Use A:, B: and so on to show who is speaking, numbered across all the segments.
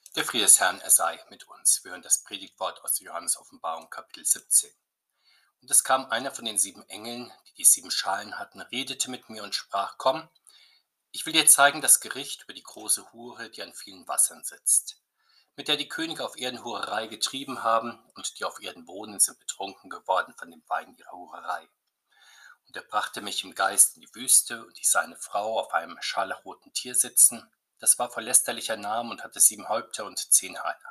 A: Der Friede des Herrn, er sei mit uns. Wir hören das Predigtwort aus der Johannes-Offenbarung, Kapitel 17. Und es kam einer von den 7 Engeln, die die 7 Schalen hatten, redete mit mir und sprach: Komm, ich will dir zeigen das Gericht über die große Hure, die an vielen Wassern sitzt, mit der die Könige auf Erden Hurerei getrieben haben, und die auf Erden wohnen, sind betrunken geworden von dem Wein ihrer Hurerei. Und er brachte mich im Geist in die Wüste, und ich sah eine Frau auf einem scharlachroten Tier sitzen. Das war voll lästerlicher Namen und hatte 7 Häupter und 10 Hörner.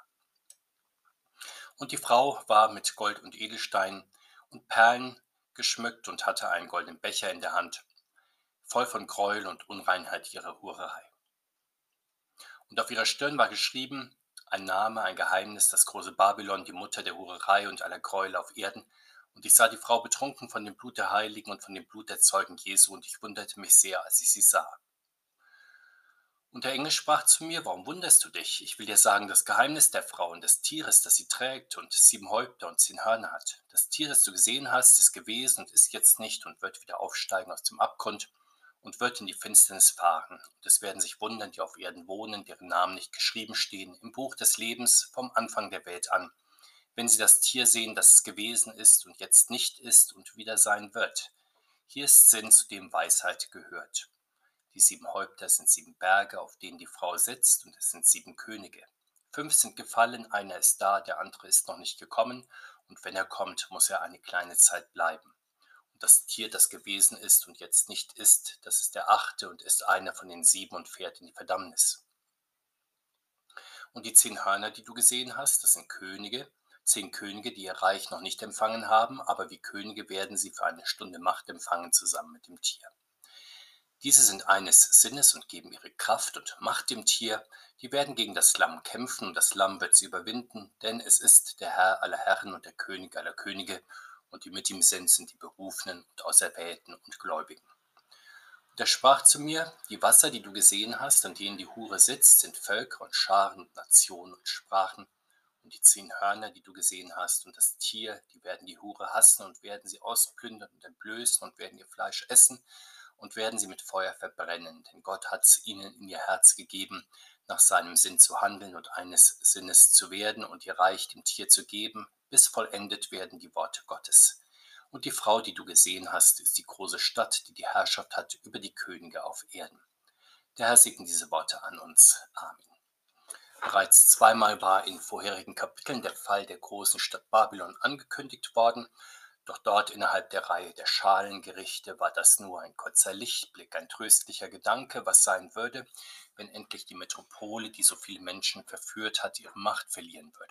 A: Und die Frau war mit Gold und Edelsteinen und Perlen geschmückt und hatte einen goldenen Becher in der Hand, voll von Gräuel und Unreinheit ihrer Hurerei. Und auf ihrer Stirn war geschrieben ein Name, ein Geheimnis, das große Babylon, die Mutter der Hurerei und aller Gräuel auf Erden. Und ich sah die Frau betrunken von dem Blut der Heiligen und von dem Blut der Zeugen Jesu, und ich wunderte mich sehr, als ich sie sah. Und der Engel sprach zu mir: Warum wunderst du dich? Ich will dir sagen, das Geheimnis der Frau und des Tieres, das sie trägt und 7 Häupter und 10 Hörner hat. Das Tier, das du gesehen hast, ist gewesen und ist jetzt nicht und wird wieder aufsteigen aus dem Abgrund und wird in die Finsternis fahren. Und es werden sich wundern, die auf Erden wohnen, deren Namen nicht geschrieben stehen im Buch des Lebens vom Anfang der Welt an, wenn sie das Tier sehen, das es gewesen ist und jetzt nicht ist und wieder sein wird. Hier ist Sinn, zu dem Weisheit gehört. Die 7 Häupter sind 7 Berge, auf denen die Frau sitzt, und es sind 7 Könige. 5 sind gefallen, einer ist da, der andere ist noch nicht gekommen, und wenn er kommt, muss er eine kleine Zeit bleiben. Und das Tier, das gewesen ist und jetzt nicht ist, das ist der 8. und ist einer von den 7 und fährt in die Verdammnis. Und die 10 Hörner, die du gesehen hast, das sind Könige, 10 Könige, die ihr Reich noch nicht empfangen haben, aber wie Könige werden sie für eine Stunde Macht empfangen zusammen mit dem Tier. Diese sind eines Sinnes und geben ihre Kraft und Macht dem Tier. Die werden gegen das Lamm kämpfen, und das Lamm wird sie überwinden, denn es ist der Herr aller Herren und der König aller Könige, und die mit ihm sind die Berufenen und Auserwählten und Gläubigen. Und er sprach zu mir: Die Wasser, die du gesehen hast, an denen die Hure sitzt, sind Völker und Scharen und Nationen und Sprachen. Und die 10 Hörner, die du gesehen hast, und das Tier, die werden die Hure hassen und werden sie ausplündern und entblößen und werden ihr Fleisch essen und werden sie mit Feuer verbrennen. Denn Gott hat es ihnen in ihr Herz gegeben, nach seinem Sinn zu handeln und eines Sinnes zu werden und ihr Reich dem Tier zu geben, bis vollendet werden die Worte Gottes. Und die Frau, die du gesehen hast, ist die große Stadt, die die Herrschaft hat über die Könige auf Erden. Der Herr segne diese Worte an uns. Amen. Bereits zweimal war in vorherigen Kapiteln der Fall der großen Stadt Babylon angekündigt worden, doch dort innerhalb der Reihe der Schalengerichte war das nur ein kurzer Lichtblick, ein tröstlicher Gedanke, was sein würde, wenn endlich die Metropole, die so viele Menschen verführt hat, ihre Macht verlieren würde.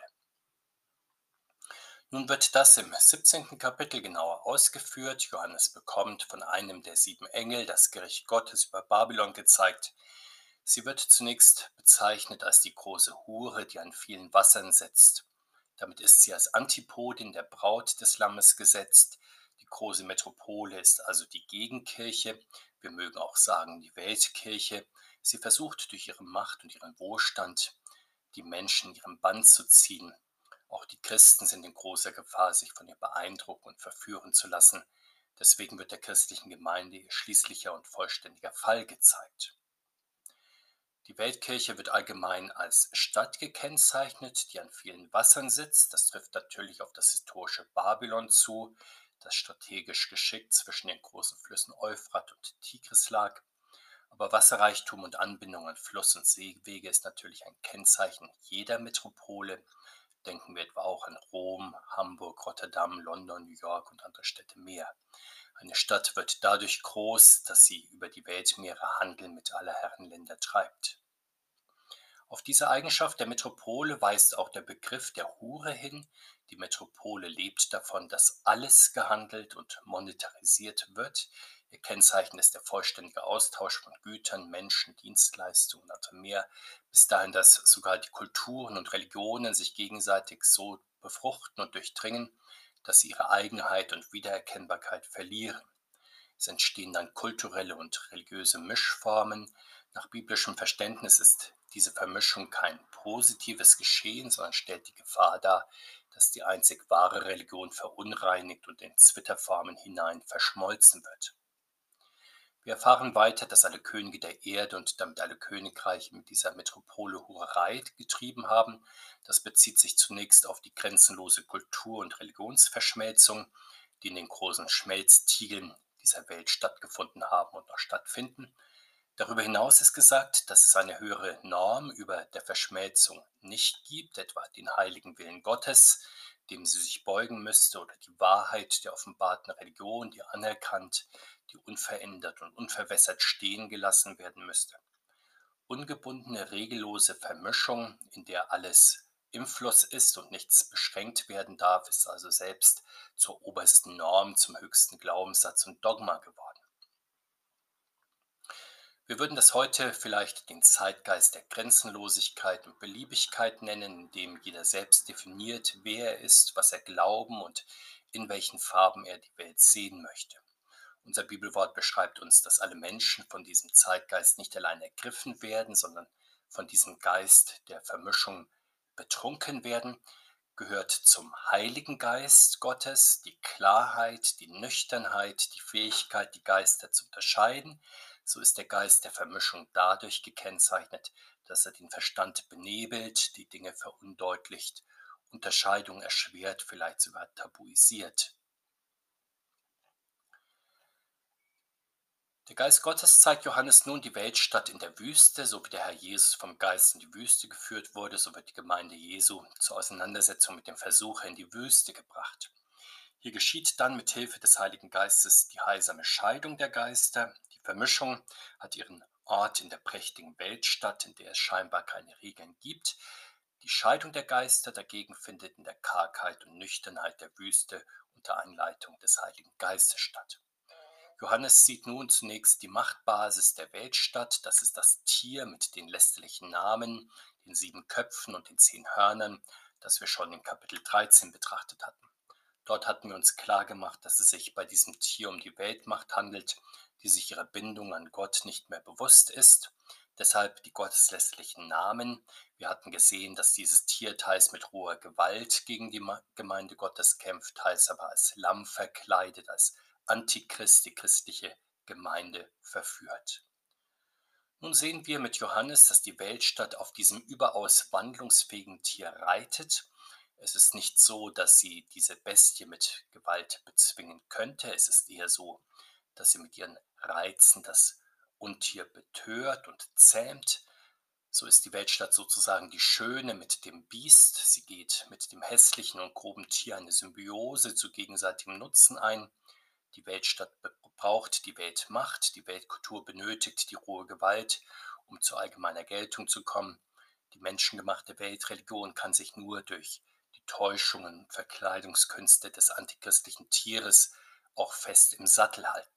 A: Nun wird das im 17. Kapitel genauer ausgeführt. Johannes bekommt von einem der 7 Engel das Gericht Gottes über Babylon gezeigt. Sie wird zunächst bezeichnet als die große Hure, die an vielen Wassern sitzt. Damit ist sie als Antipodin der Braut des Lammes gesetzt. Die große Metropole ist also die Gegenkirche. Wir mögen auch sagen die Weltkirche. Sie versucht durch ihre Macht und ihren Wohlstand die Menschen in ihren Bann zu ziehen. Auch die Christen sind in großer Gefahr, sich von ihr beeindrucken und verführen zu lassen. Deswegen wird der christlichen Gemeinde ihr schließlicher und vollständiger Fall gezeigt. Die Weltkirche wird allgemein als Stadt gekennzeichnet, die an vielen Wassern sitzt. Das trifft natürlich auf das historische Babylon zu, das strategisch geschickt zwischen den großen Flüssen Euphrat und Tigris lag. Aber Wasserreichtum und Anbindung an Fluss- und Seewege ist natürlich ein Kennzeichen jeder Metropole. Denken wir etwa auch an Rom, Hamburg, Rotterdam, London, New York und andere Städte mehr. Eine Stadt wird dadurch groß, dass sie über die Weltmeere Handel mit aller Herren Länder treibt. Auf diese Eigenschaft der Metropole weist auch der Begriff der Hure hin. Die Metropole lebt davon, dass alles gehandelt und monetarisiert wird. Ihr Kennzeichen ist der vollständige Austausch von Gütern, Menschen, Dienstleistungen und anderem mehr, bis dahin, dass sogar die Kulturen und Religionen sich gegenseitig so befruchten und durchdringen, dass sie ihre Eigenheit und Wiedererkennbarkeit verlieren. Es entstehen dann kulturelle und religiöse Mischformen. Nach biblischem Verständnis ist diese Vermischung kein positives Geschehen, sondern stellt die Gefahr dar, dass die einzig wahre Religion verunreinigt und in Zwitterformen hinein verschmolzen wird. Wir erfahren weiter, dass alle Könige der Erde und damit alle Königreiche mit dieser Metropole Hurerei getrieben haben. Das bezieht sich zunächst auf die grenzenlose Kultur- und Religionsverschmelzung, die in den großen Schmelztiegeln dieser Welt stattgefunden haben und noch stattfinden. Darüber hinaus ist gesagt, dass es eine höhere Norm über der Verschmelzung nicht gibt, etwa den heiligen Willen Gottes, dem sie sich beugen müsste, oder die Wahrheit der offenbarten Religion, die anerkannt, die unverändert und unverwässert stehen gelassen werden müsste. Ungebundene, regellose Vermischung, in der alles im Fluss ist und nichts beschränkt werden darf, ist also selbst zur obersten Norm, zum höchsten Glaubenssatz und Dogma geworden. Wir würden das heute vielleicht den Zeitgeist der Grenzenlosigkeit und Beliebigkeit nennen, in dem jeder selbst definiert, wer er ist, was er glauben und in welchen Farben er die Welt sehen möchte. Unser Bibelwort beschreibt uns, dass alle Menschen von diesem Zeitgeist nicht allein ergriffen werden, sondern von diesem Geist der Vermischung betrunken werden, gehört zum Heiligen Geist Gottes die Klarheit, die Nüchternheit, die Fähigkeit, die Geister zu unterscheiden. So ist der Geist der Vermischung dadurch gekennzeichnet, dass er den Verstand benebelt, die Dinge verundeutlicht, Unterscheidung erschwert, vielleicht sogar tabuisiert. Der Geist Gottes zeigt Johannes nun die Weltstadt in der Wüste, so wie der Herr Jesus vom Geist in die Wüste geführt wurde, so wird die Gemeinde Jesu zur Auseinandersetzung mit dem Versucher in die Wüste gebracht. Hier geschieht dann mit Hilfe des Heiligen Geistes die heilsame Scheidung der Geister. Die Vermischung hat ihren Ort in der prächtigen Weltstadt, in der es scheinbar keine Regeln gibt. Die Scheidung der Geister dagegen findet in der Kargheit und Nüchternheit der Wüste unter Anleitung des Heiligen Geistes statt. Johannes sieht nun zunächst die Machtbasis der Weltstadt, das ist das Tier mit den lästerlichen Namen, den 7 Köpfen und den 10 Hörnern, das wir schon in Kapitel 13 betrachtet hatten. Dort hatten wir uns klargemacht, dass es sich bei diesem Tier um die Weltmacht handelt, die sich ihrer Bindung an Gott nicht mehr bewusst ist. Deshalb die gotteslästerlichen Namen. Wir hatten gesehen, dass dieses Tier teils mit roher Gewalt gegen die Gemeinde Gottes kämpft, teils aber als Lamm verkleidet, als Antichrist die christliche Gemeinde verführt. Nun sehen wir mit Johannes, dass die Weltstadt auf diesem überaus wandlungsfähigen Tier reitet. Es ist nicht so, dass sie diese Bestie mit Gewalt bezwingen könnte. Es ist eher so, dass sie mit ihren Reizen das Untier betört und zähmt. So ist die Weltstadt sozusagen die Schöne mit dem Biest. Sie geht mit dem hässlichen und groben Tier eine Symbiose zu gegenseitigem Nutzen ein. Die Weltstadt braucht die Weltmacht, die Weltkultur benötigt die rohe Gewalt, um zu allgemeiner Geltung zu kommen. Die menschengemachte Weltreligion kann sich nur durch die Täuschungen und Verkleidungskünste des antichristlichen Tieres auch fest im Sattel halten.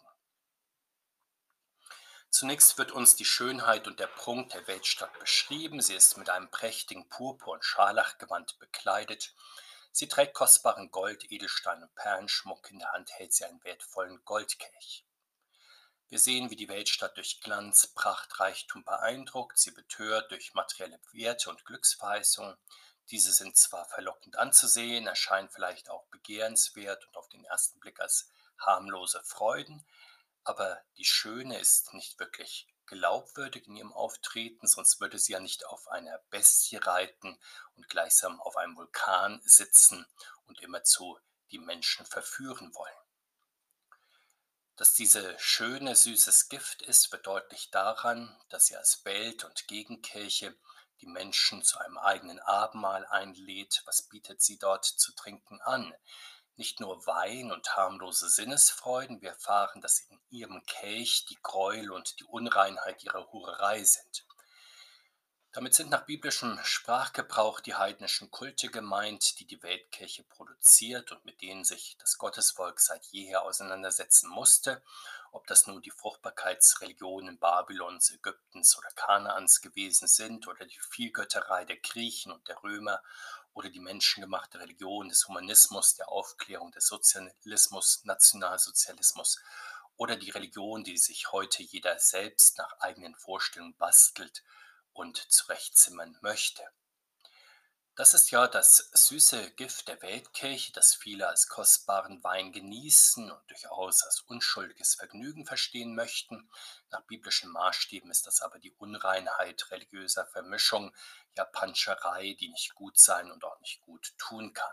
A: Zunächst wird uns die Schönheit und der Prunk der Weltstadt beschrieben. Sie ist mit einem prächtigen Purpur- und Scharlachgewand bekleidet. Sie trägt kostbaren Gold, Edelstein und Perlenschmuck. In der Hand hält sie einen wertvollen Goldkelch. Wir sehen, wie die Weltstadt durch Glanz, Pracht, Reichtum beeindruckt. Sie betört durch materielle Werte und Glücksverheißungen. Diese sind zwar verlockend anzusehen, erscheinen vielleicht auch begehrenswert und auf den ersten Blick als harmlose Freuden, aber die Schöne ist nicht wirklich glaubwürdig in ihrem Auftreten, sonst würde sie ja nicht auf einer Bestie reiten und gleichsam auf einem Vulkan sitzen und immerzu die Menschen verführen wollen. Dass diese Schöne süßes Gift ist, wird deutlich daran, dass sie als Welt- und Gegenkirche die Menschen zu einem eigenen Abendmahl einlädt. Was bietet sie dort zu trinken an? Nicht nur Wein und harmlose Sinnesfreuden, wir erfahren, dass in ihrem Kelch die Gräuel und die Unreinheit ihrer Hurerei sind. Damit sind nach biblischem Sprachgebrauch die heidnischen Kulte gemeint, die die Weltkirche produziert und mit denen sich das Gottesvolk seit jeher auseinandersetzen musste, ob das nun die Fruchtbarkeitsreligionen Babylons, Ägyptens oder Kanaans gewesen sind oder die Vielgötterei der Griechen und der Römer oder die menschengemachte Religion des Humanismus, der Aufklärung, des Sozialismus, Nationalsozialismus oder die Religion, die sich heute jeder selbst nach eigenen Vorstellungen bastelt und zurechtzimmern möchte. Das ist ja das süße Gift der Weltkirche, das viele als kostbaren Wein genießen und durchaus als unschuldiges Vergnügen verstehen möchten. Nach biblischen Maßstäben ist das aber die Unreinheit religiöser Vermischung, ja Panscherei, die nicht gut sein und auch nicht gut tun kann.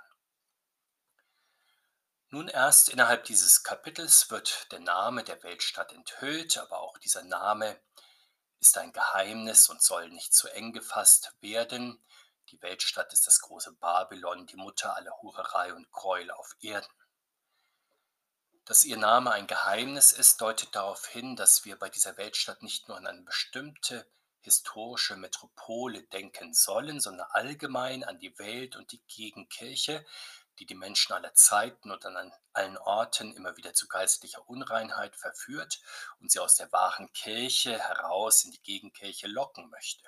A: Nun erst innerhalb dieses Kapitels wird der Name der Weltstadt enthüllt, aber auch dieser Name ist ein Geheimnis und soll nicht zu eng gefasst werden. Die Weltstadt ist das große Babylon, die Mutter aller Hurerei und Gräuel auf Erden. Dass ihr Name ein Geheimnis ist, deutet darauf hin, dass wir bei dieser Weltstadt nicht nur an eine bestimmte historische Metropole denken sollen, sondern allgemein an die Welt und die Gegenkirche, die die Menschen aller Zeiten und an allen Orten immer wieder zu geistlicher Unreinheit verführt und sie aus der wahren Kirche heraus in die Gegenkirche locken möchte.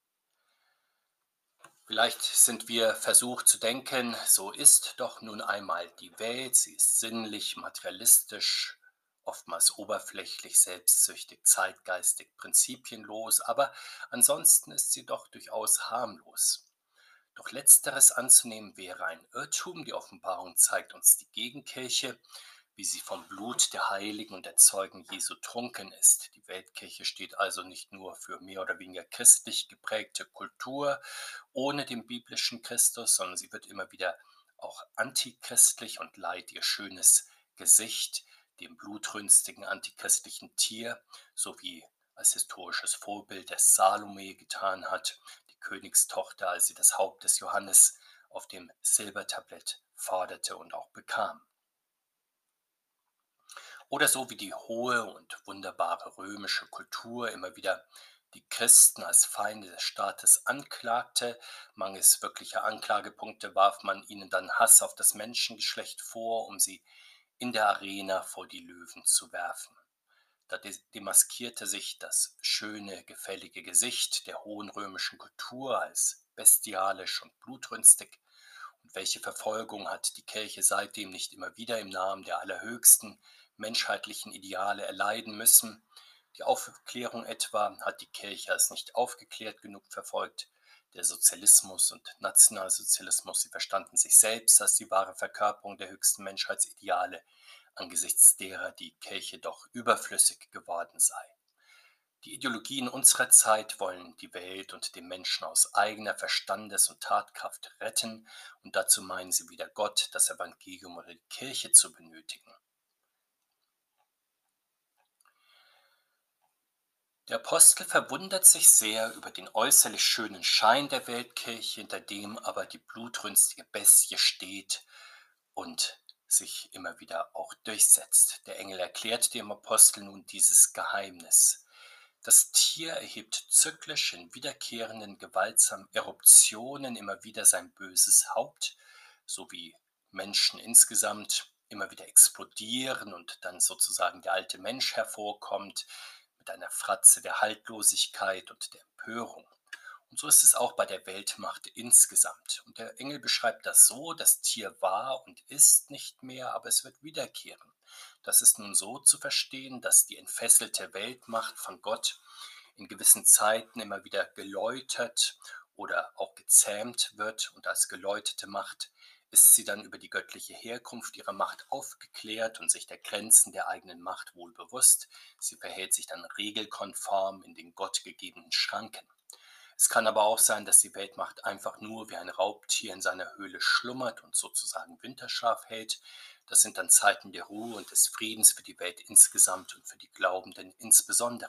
A: Vielleicht sind wir versucht zu denken, so ist doch nun einmal die Welt, sie ist sinnlich, materialistisch, oftmals oberflächlich, selbstsüchtig, zeitgeistig, prinzipienlos, aber ansonsten ist sie doch durchaus harmlos. Doch letzteres anzunehmen wäre ein Irrtum. Die Offenbarung zeigt uns die Gegenkirche, wie sie vom Blut der Heiligen und der Zeugen Jesu trunken ist. Die Weltkirche steht also nicht nur für mehr oder weniger christlich geprägte Kultur ohne den biblischen Christus, sondern sie wird immer wieder auch antichristlich und leiht ihr schönes Gesicht dem blutrünstigen antichristlichen Tier, so wie als historisches Vorbild der Salome getan hat, die Königstochter, als sie das Haupt des Johannes auf dem Silbertablett forderte und auch bekam. Oder so wie die hohe und wunderbare römische Kultur immer wieder die Christen als Feinde des Staates anklagte. Mangels wirklicher Anklagepunkte warf man ihnen dann Hass auf das Menschengeschlecht vor, um sie in der Arena vor die Löwen zu werfen. Da demaskierte sich das schöne, gefällige Gesicht der hohen römischen Kultur als bestialisch und blutrünstig. Und welche Verfolgung hat die Kirche seitdem nicht immer wieder im Namen der allerhöchsten menschheitlichen Ideale erleiden müssen? Die Aufklärung etwa hat die Kirche als nicht aufgeklärt genug verfolgt. Der Sozialismus und Nationalsozialismus, sie verstanden sich selbst als die wahre Verkörperung der höchsten Menschheitsideale, angesichts derer die Kirche doch überflüssig geworden sei. Die Ideologien unserer Zeit wollen die Welt und den Menschen aus eigener Verstandes- und Tatkraft retten, und dazu meinen sie weder Gott, das Evangelium oder die Kirche zu benötigen. Der Apostel verwundert sich sehr über den äußerlich schönen Schein der Weltkirche, hinter dem aber die blutrünstige Bestie steht und sich immer wieder auch durchsetzt. Der Engel erklärt dem Apostel nun dieses Geheimnis. Das Tier erhebt zyklisch in wiederkehrenden, gewaltsamen Eruptionen immer wieder sein böses Haupt, so wie Menschen insgesamt immer wieder explodieren und dann sozusagen der alte Mensch hervorkommt mit einer Fratze der Haltlosigkeit und der Empörung. Und so ist es auch bei der Weltmacht insgesamt. Und der Engel beschreibt das so: Das Tier war und ist nicht mehr, aber es wird wiederkehren. Das ist nun so zu verstehen, dass die entfesselte Weltmacht von Gott in gewissen Zeiten immer wieder geläutert oder auch gezähmt wird, und als geläuterte Macht ist sie dann über die göttliche Herkunft ihrer Macht aufgeklärt und sich der Grenzen der eigenen Macht wohl bewusst. Sie verhält sich dann regelkonform in den gottgegebenen Schranken. Es kann aber auch sein, dass die Weltmacht einfach nur wie ein Raubtier in seiner Höhle schlummert und sozusagen Winterschlaf hält. Das sind dann Zeiten der Ruhe und des Friedens für die Welt insgesamt und für die Glaubenden insbesondere.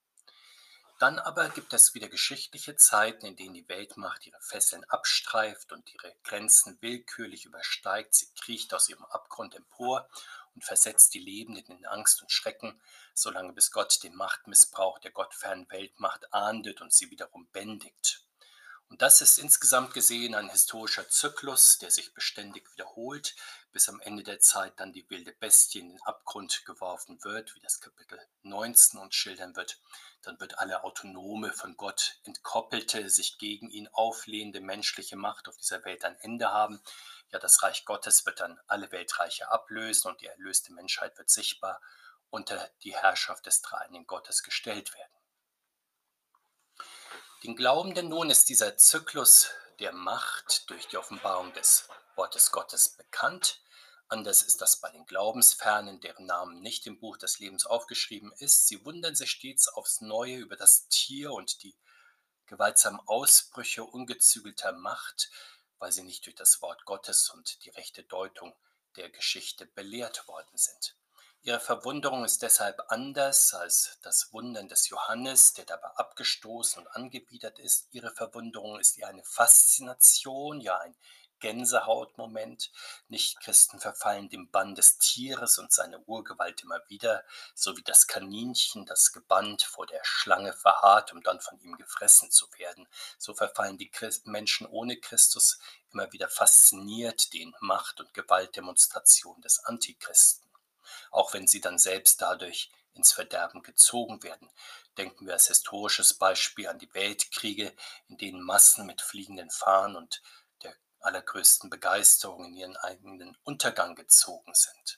A: Dann aber gibt es wieder geschichtliche Zeiten, in denen die Weltmacht ihre Fesseln abstreift und ihre Grenzen willkürlich übersteigt. Sie kriecht aus ihrem Abgrund empor und versetzt die Lebenden in Angst und Schrecken, solange bis Gott den Machtmissbrauch der gottfernen Weltmacht ahndet und sie wiederum bändigt. Und das ist insgesamt gesehen ein historischer Zyklus, der sich beständig wiederholt, bis am Ende der Zeit dann die wilde Bestie in den Abgrund geworfen wird, wie das Kapitel 19 uns schildern wird. Dann wird alle autonome, von Gott entkoppelte, sich gegen ihn auflehnende menschliche Macht auf dieser Welt ein Ende haben. Ja, das Reich Gottes wird dann alle Weltreiche ablösen und die erlöste Menschheit wird sichtbar unter die Herrschaft des dreieinigen Gottes gestellt werden. Den Glaubenden nun ist dieser Zyklus der Macht durch die Offenbarung des Wortes Gottes bekannt. Anders ist das bei den Glaubensfernen, deren Namen nicht im Buch des Lebens aufgeschrieben ist. Sie wundern sich stets aufs Neue über das Tier und die gewaltsamen Ausbrüche ungezügelter Macht, weil sie nicht durch das Wort Gottes und die rechte Deutung der Geschichte belehrt worden sind. Ihre Verwunderung ist deshalb anders als das Wundern des Johannes, der dabei abgestoßen und angewidert ist. Ihre Verwunderung ist eher eine Faszination, ja ein Gänsehautmoment. Nichtchristen verfallen dem Bann des Tieres und seiner Urgewalt immer wieder, so wie das Kaninchen, das gebannt vor der Schlange verharrt, um dann von ihm gefressen zu werden. So verfallen die Menschen ohne Christus immer wieder fasziniert den Macht- und Gewaltdemonstrationen des Antichristen, auch wenn sie dann selbst dadurch ins Verderben gezogen werden. Denken wir als historisches Beispiel an die Weltkriege, in denen Massen mit fliegenden Fahnen und der allergrößten Begeisterung in ihren eigenen Untergang gezogen sind.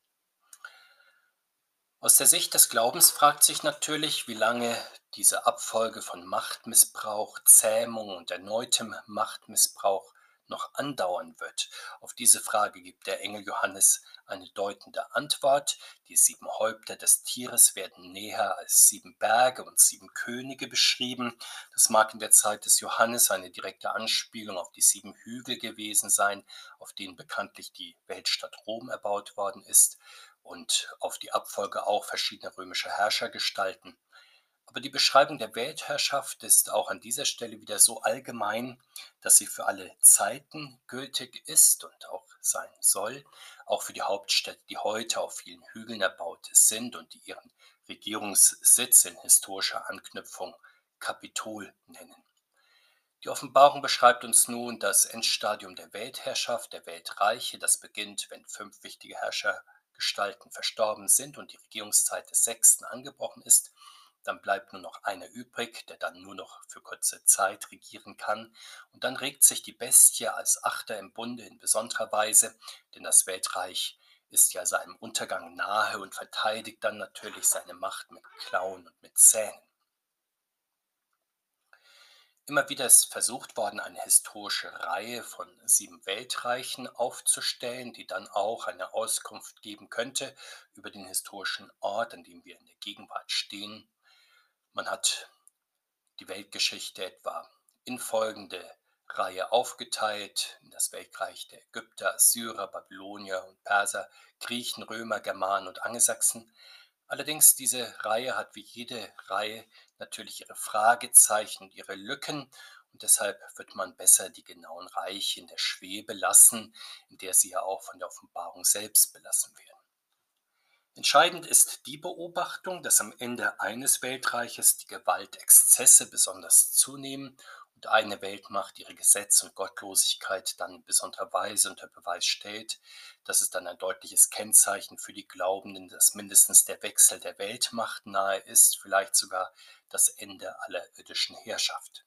A: Aus der Sicht des Glaubens fragt sich natürlich, wie lange diese Abfolge von Machtmissbrauch, Zähmung und erneutem Machtmissbrauch noch andauern wird. Auf diese Frage gibt der Engel Johannes eine deutende Antwort. Die 7 Häupter des Tieres werden näher als 7 Berge und 7 Könige beschrieben. Das mag in der Zeit des Johannes eine direkte Anspielung auf die 7 Hügel gewesen sein, auf denen bekanntlich die Weltstadt Rom erbaut worden ist, und auf die Abfolge auch verschiedener römischer Herrschergestalten. Aber die Beschreibung der Weltherrschaft ist auch an dieser Stelle wieder so allgemein, dass sie für alle Zeiten gültig ist und auch sein soll, auch für die Hauptstädte, die heute auf vielen Hügeln erbaut sind und die ihren Regierungssitz in historischer Anknüpfung Kapitol nennen. Die Offenbarung beschreibt uns nun das Endstadium der Weltherrschaft, der Weltreiche. Das beginnt, wenn 5 wichtige Herrschergestalten verstorben sind und die Regierungszeit des Sechsten angebrochen ist. Dann bleibt nur noch einer übrig, der dann nur noch für kurze Zeit regieren kann. Und dann regt sich die Bestie als Achter im Bunde in besonderer Weise, denn das Weltreich ist ja seinem Untergang nahe und verteidigt dann natürlich seine Macht mit Klauen und mit Zähnen. Immer wieder ist versucht worden, eine historische Reihe von 7 Weltreichen aufzustellen, die dann auch eine Auskunft geben könnte über den historischen Ort, an dem wir in der Gegenwart stehen. Man hat die Weltgeschichte etwa in folgende Reihe aufgeteilt: in das Weltreich der Ägypter, Assyrer, Babylonier und Perser, Griechen, Römer, Germanen und Angelsachsen. Allerdings, diese Reihe hat wie jede Reihe natürlich ihre Fragezeichen und ihre Lücken, und deshalb wird man besser die genauen Reiche in der Schwebe lassen, in der sie ja auch von der Offenbarung selbst belassen werden. Entscheidend ist die Beobachtung, dass am Ende eines Weltreiches die Gewaltexzesse besonders zunehmen und eine Weltmacht ihre Gesetze und Gottlosigkeit dann in besonderer Weise unter Beweis stellt. Das ist dann ein deutliches Kennzeichen für die Glaubenden, dass mindestens der Wechsel der Weltmacht nahe ist, vielleicht sogar das Ende aller irdischen Herrschaft.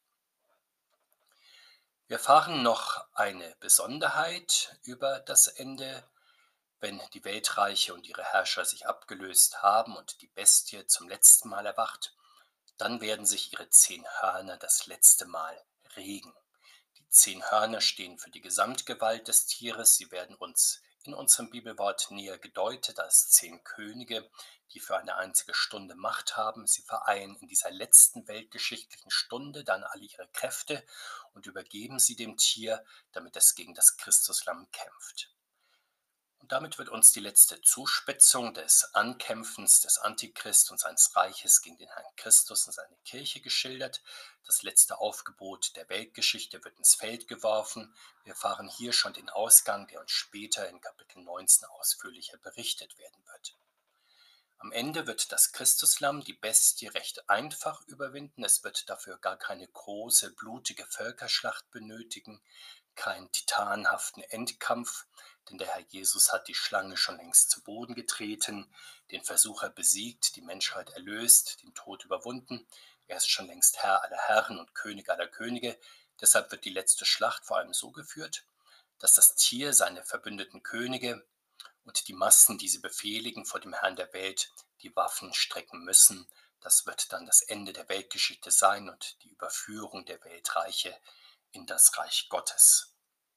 A: Wir erfahren noch eine Besonderheit über das Ende: Wenn die Weltreiche und ihre Herrscher sich abgelöst haben und die Bestie zum letzten Mal erwacht, dann werden sich ihre 10 Hörner das letzte Mal regen. Die 10 Hörner stehen für die Gesamtgewalt des Tieres. Sie werden uns in unserem Bibelwort näher gedeutet als 10 Könige, die für eine einzige Stunde Macht haben. Sie vereinen in dieser letzten weltgeschichtlichen Stunde dann alle ihre Kräfte und übergeben sie dem Tier, damit es gegen das Christuslamm kämpft. Und damit wird uns die letzte Zuspitzung des Ankämpfens des Antichrist und seines Reiches gegen den Herrn Christus und seine Kirche geschildert. Das letzte Aufgebot der Weltgeschichte wird ins Feld geworfen. Wir erfahren hier schon den Ausgang, der uns später in Kapitel 19 ausführlicher berichtet werden wird. Am Ende wird das Christuslamm die Bestie recht einfach überwinden. Es wird dafür gar keine große, blutige Völkerschlacht benötigen, keinen titanhaften Endkampf, denn der Herr Jesus hat die Schlange schon längst zu Boden getreten, den Versucher besiegt, die Menschheit erlöst, den Tod überwunden. Er ist schon längst Herr aller Herren und König aller Könige. Deshalb wird die letzte Schlacht vor allem so geführt, dass das Tier seine verbündeten Könige und die Massen, die sie befehligen, vor dem Herrn der Welt die Waffen strecken müssen. Das wird dann das Ende der Weltgeschichte sein und die Überführung der Weltreiche in das Reich Gottes.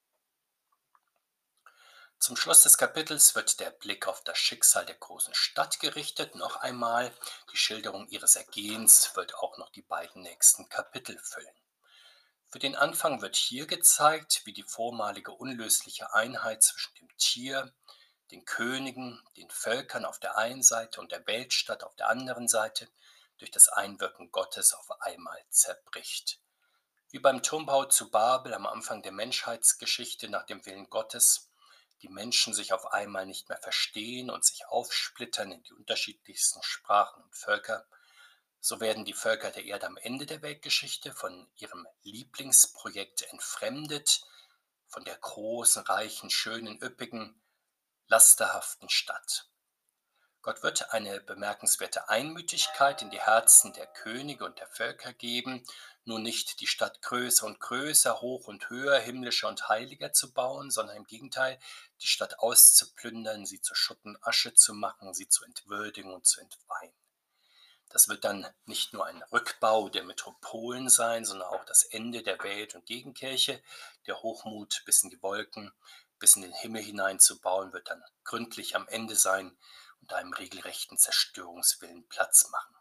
A: Zum Schluss des Kapitels wird der Blick auf das Schicksal der großen Stadt gerichtet. Noch einmal, die Schilderung ihres Ergehens wird auch noch die beiden nächsten Kapitel füllen. Für den Anfang wird hier gezeigt, wie die vormalige unlösliche Einheit zwischen dem Tier, den Königen, den Völkern auf der einen Seite und der Weltstadt auf der anderen Seite durch das Einwirken Gottes auf einmal zerbricht. Wie beim Turmbau zu Babel am Anfang der Menschheitsgeschichte nach dem Willen Gottes die Menschen sich auf einmal nicht mehr verstehen und sich aufsplittern in die unterschiedlichsten Sprachen und Völker, so werden die Völker der Erde am Ende der Weltgeschichte von ihrem Lieblingsprojekt entfremdet, von der großen, reichen, schönen, üppigen, lasterhaften Stadt. Gott wird eine bemerkenswerte Einmütigkeit in die Herzen der Könige und der Völker geben, nun nicht die Stadt größer und größer, hoch und höher, himmlischer und heiliger zu bauen, sondern im Gegenteil, die Stadt auszuplündern, sie zu Schutt und Asche zu machen, sie zu entwürdigen und zu entweihen. Das wird dann nicht nur ein Rückbau der Metropolen sein, sondern auch das Ende der Welt- und Gegenkirche. Der Hochmut bis in die Wolken, bis in den Himmel hinein zu bauen, wird dann gründlich am Ende sein und einem regelrechten Zerstörungswillen Platz machen.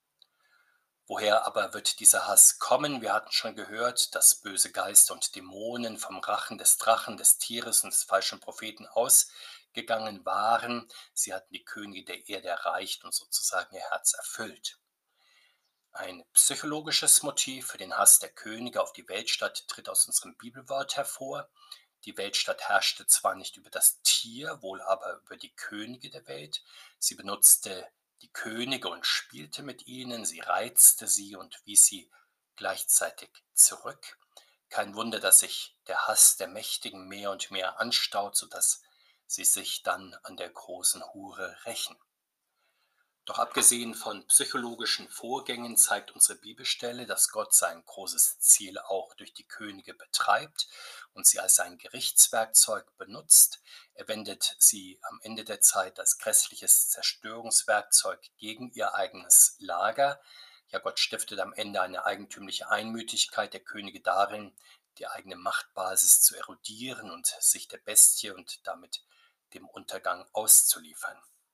A: Woher aber wird dieser Hass kommen? Wir hatten schon gehört, dass böse Geister und Dämonen vom Rachen des Drachen, des Tieres und des falschen Propheten ausgegangen waren. Sie hatten die Könige der Erde erreicht und sozusagen ihr Herz erfüllt. Ein psychologisches Motiv für den Hass der Könige auf die Weltstadt tritt aus unserem Bibelwort hervor. Die Weltstadt herrschte zwar nicht über das Tier, wohl aber über die Könige der Welt. Sie benutzte die Könige und spielte mit ihnen, sie reizte sie und wies sie gleichzeitig zurück. Kein Wunder, dass sich der Hass der Mächtigen mehr und mehr anstaut, sodass sie sich dann an der großen Hure rächen. Doch abgesehen von psychologischen Vorgängen zeigt unsere Bibelstelle, dass Gott sein großes Ziel auch durch die Könige betreibt und sie als sein Gerichtswerkzeug benutzt. Er wendet sie am Ende der Zeit als grässliches Zerstörungswerkzeug gegen ihr eigenes Lager. Ja, Gott stiftet am Ende eine eigentümliche Einmütigkeit der Könige darin, die eigene Machtbasis zu erodieren und sich der Bestie und damit dem Untergang auszuliefern.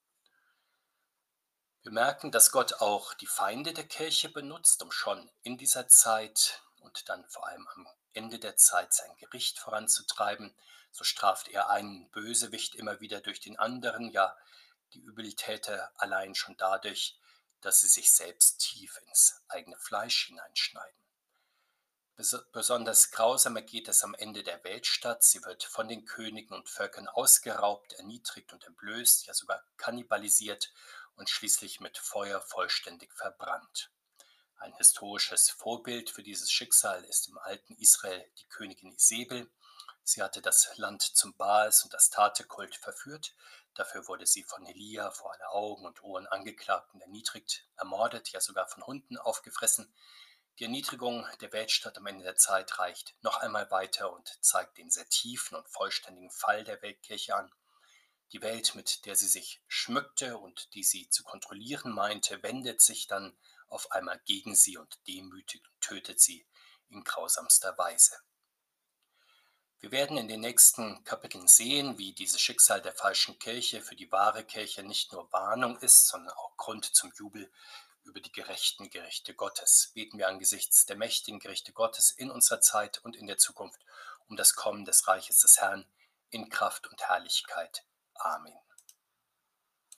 A: Wir merken, dass Gott auch die Feinde der Kirche benutzt, um schon in dieser Zeit und dann vor allem am Ende der Zeit sein Gericht voranzutreiben. So straft er einen Bösewicht immer wieder durch den anderen, ja, die Übeltäter allein schon dadurch, dass sie sich selbst tief ins eigene Fleisch hineinschneiden. Besonders grausam ergeht es am Ende der Weltstadt. Sie wird von den Königen und Völkern ausgeraubt, erniedrigt und entblößt, ja sogar kannibalisiert und schließlich mit Feuer vollständig verbrannt. Ein historisches Vorbild für dieses Schicksal ist im alten Israel die Königin Isabel. Sie hatte das Land zum Baals- und Astarte-Kult verführt. Dafür wurde sie von Elia vor alle Augen und Ohren angeklagt und erniedrigt, ermordet, ja sogar von Hunden aufgefressen. Die Erniedrigung der Weltstadt am Ende der Zeit reicht noch einmal weiter und zeigt den sehr tiefen und vollständigen Fall der Weltkirche an. Die Welt, mit der sie sich schmückte und die sie zu kontrollieren meinte, wendet sich dann auf einmal gegen sie und demütigt und tötet sie in grausamster Weise. Wir werden in den nächsten Kapiteln sehen, wie dieses Schicksal der falschen Kirche für die wahre Kirche nicht nur Warnung ist, sondern auch Grund zum Jubel über die gerechten Gerichte Gottes. Beten wir angesichts der mächtigen Gerichte Gottes in unserer Zeit und in der Zukunft um das Kommen des Reiches des Herrn in Kraft und Herrlichkeit. Amen.